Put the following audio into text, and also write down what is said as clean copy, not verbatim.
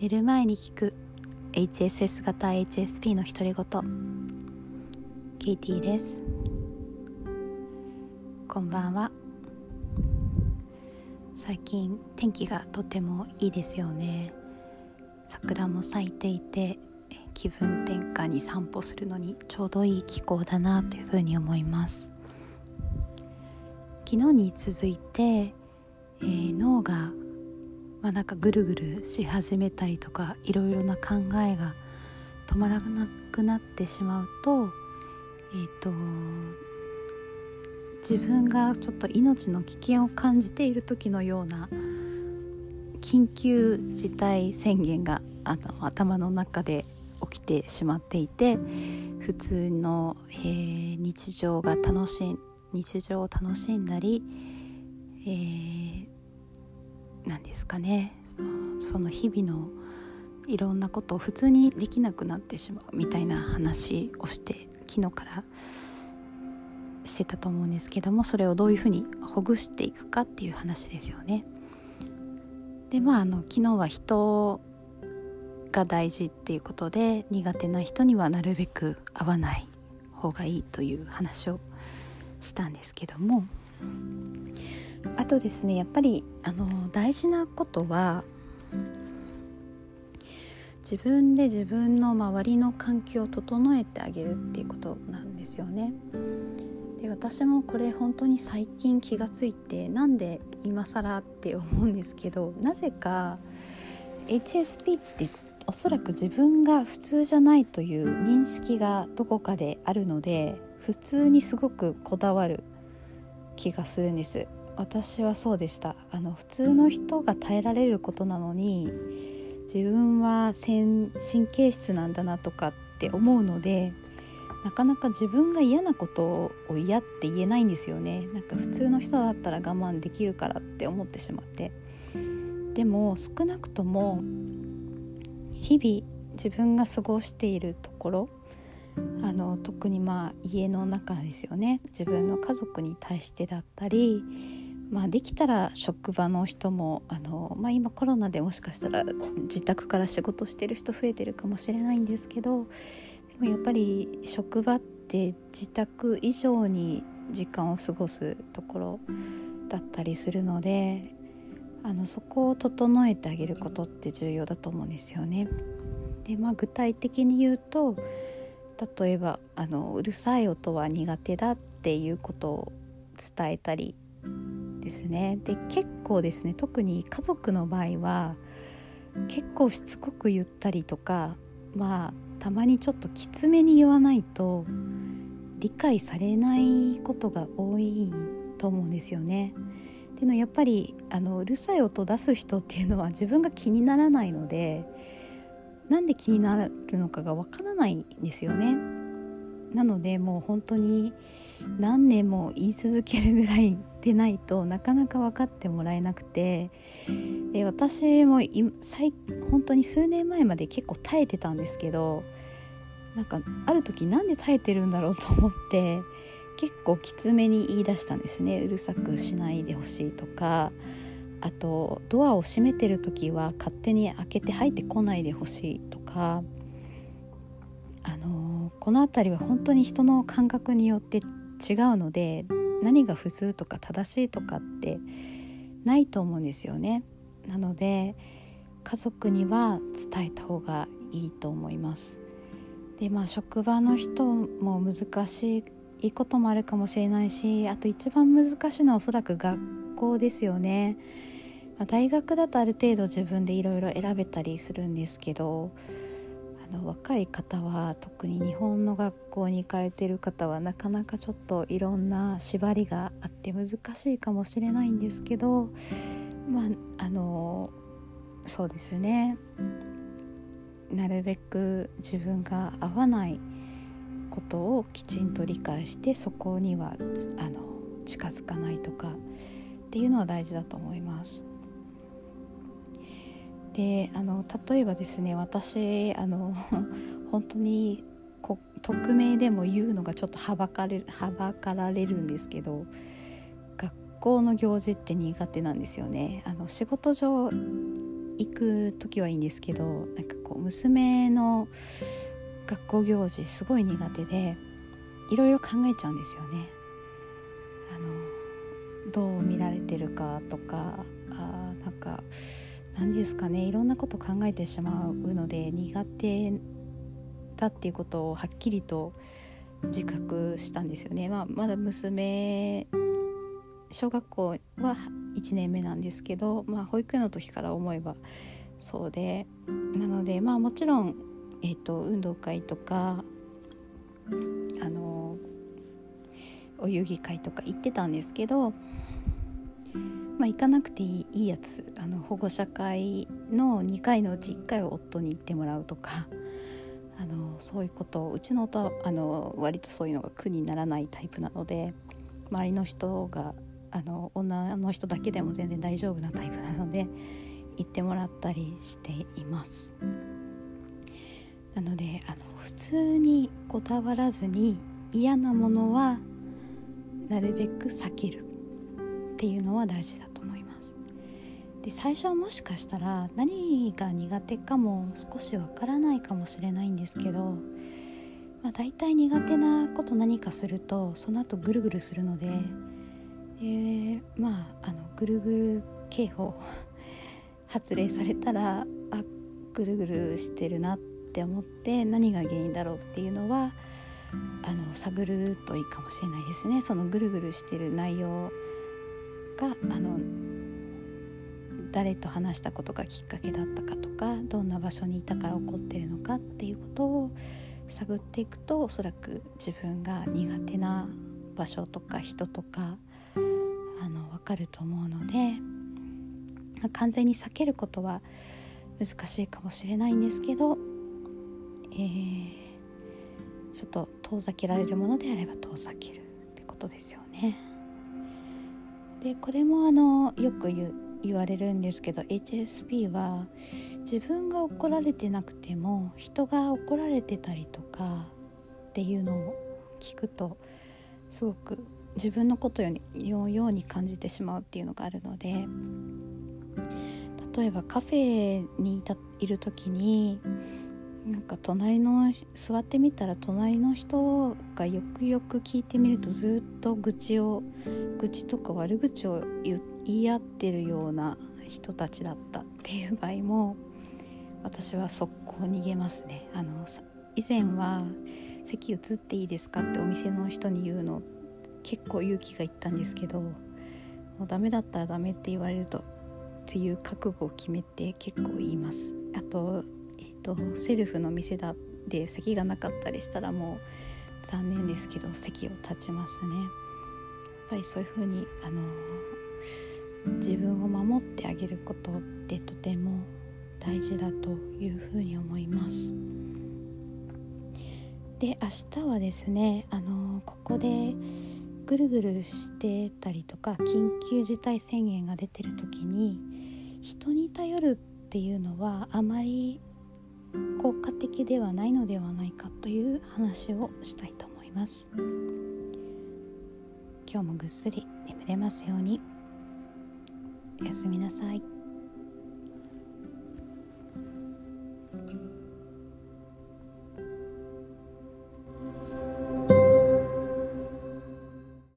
寝る前に聞く HSS 型 HSP の独り言、ケイティです。こんばんは。最近天気がとてもいいですよね。桜も咲いていて、気分転換に散歩するのにちょうどいい気候だなというふうに思います。昨日に続いて、脳がなんかぐるぐるし始めたりとか、いろいろな考えが止まらなくなってしまうと、自分がちょっと命の危険を感じている時のような緊急事態宣言が頭の中で起きてしまっていて、普通の、日常を楽しんだり、なんですかね、その日々のいろんなことを普通にできなくなってしまうみたいな話をして昨日からしてたと思うんですけども、それをどういうふうにほぐしていくかっていう話ですよね。で昨日は人が大事っていうことで、苦手な人にはなるべく会わない方がいいという話をしたんですけども、あとですね、やっぱり大事なことは自分で自分の周りの環境を整えてあげるっていうことなんですよね。で、私もこれ本当に最近気がついて、なんで今更って思うんですけど、なぜか HSP っておそらく自分が普通じゃないという認識がどこかであるので、普通にすごくこだわる気がするんです。私はそうでした。普通の人が耐えられることなのに、自分は神経質なんだなとかって思うので、なかなか自分が嫌なことを嫌って言えないんですよね。なんか普通の人だったら我慢できるからって思ってしまって、でも少なくとも日々自分が過ごしているところ、特に家の中ですよね。自分の家族に対してだったり、できたら職場の人も今コロナでもしかしたら自宅から仕事してる人増えてるかもしれないんですけど、でもやっぱり職場って自宅以上に時間を過ごすところだったりするので、そこを整えてあげることって重要だと思うんですよね。で、具体的に言うと、例えばうるさい音は苦手だっていうことを伝えたりですね。で、結構ですね、特に家族の場合は結構しつこく言ったりとか、たまにちょっときつめに言わないと理解されないことが多いと思うんですよね。でもやっぱりうるさい音を出す人っていうのは自分が気にならないので、なんで気になるのかがわからないんですよね。なのでもう本当に何年も言い続けるぐらいでないとなかなか分かってもらえなくて、で、私も本当に数年前まで結構耐えてたんですけど、なんかある時なんで耐えてるんだろうと思って、結構きつめに言い出したんですね。うるさくしないでほしいとか、あとドアを閉めてる時は勝手に開けて入ってこないでほしいとか、このあたりは本当に人の感覚によって違うので、何が普通とか正しいとかってないと思うんですよね。なので家族には伝えた方がいいと思います。で、職場の人も難しいこともあるかもしれないし、あと一番難しいのはおそらく学校ですよね。大学だとある程度自分でいろいろ選べたりするんですけど、若い方は特に日本の学校に行かれている方はなかなかちょっといろんな縛りがあって難しいかもしれないんですけど、そうですね、なるべく自分が合わないことをきちんと理解して、そこには近づかないとかっていうのは大事だと思います。で、例えばですね、私本当に匿名でも言うのがちょっとはばかられるんですけど、学校の行事って苦手なんですよね。仕事上行く時はいいんですけど、なんかこう娘の学校行事すごい苦手で、いろいろ考えちゃうんですよね。どう見られてるかとか、なんか何ですかね、いろんなこと考えてしまうので、苦手だっていうことをはっきりと自覚したんですよね。まだ娘小学校は1年目なんですけど、保育園の時から思えばそうで、なのでもちろん、運動会とかお遊戯会とか行ってたんですけど、行かなくていいやつ、保護者会の2回のうち1回は夫に行ってもらうとか、そういうことを、うちの夫は割とそういうのが苦にならないタイプなので、周りの人が女の人だけでも全然大丈夫なタイプなので行ってもらったりしています。なので普通にこだわらずに、嫌なものはなるべく避けるっていうのは大事だと思います。で、最初はもしかしたら何が苦手かも少しわからないかもしれないんですけど、だいたい苦手なこと何かするとその後ぐるぐるするので、ぐるぐる警報発令されたら、ぐるぐるしてるなって思って、何が原因だろうっていうのは探るといいかもしれないですね。そのぐるぐるしてる内容が誰と話したことがきっかけだったかとか、どんな場所にいたから起こってるのかっていうことを探っていくと、おそらく自分が苦手な場所とか人とか分かると思うので、完全に避けることは難しいかもしれないんですけど、ちょっと遠ざけられるものであれば遠ざけるってことですよね。で、これもよく言われるんですけど、 HSP は自分が怒られてなくても人が怒られてたりとかっていうのを聞くと、すごく自分のことのように感じてしまうっていうのがあるので、例えばカフェにいる時に、なんか座ってみたら隣の人がよくよく聞いてみると、ずっと愚痴とか悪口を言い合ってるような人たちだったっていう場合も、私は速攻逃げますね。以前は席移っていいですかってお店の人に言うの結構勇気がいったんですけど、もうダメだったらダメって言われるとっていう覚悟を決めて結構言います。あと、セルフの店で席がなかったりしたら、もう残念ですけど席を立ちますね。やっぱりそういう風に自分を守ってあげることってとても大事だというふうに思います。で、明日はですね、ここでぐるぐるしてたりとか、緊急事態宣言が出てる時に人に頼るっていうのはあまり効果的ではないのではないかという話をしたいと思います。今日もぐっすり眠れますように。おやすみなさい。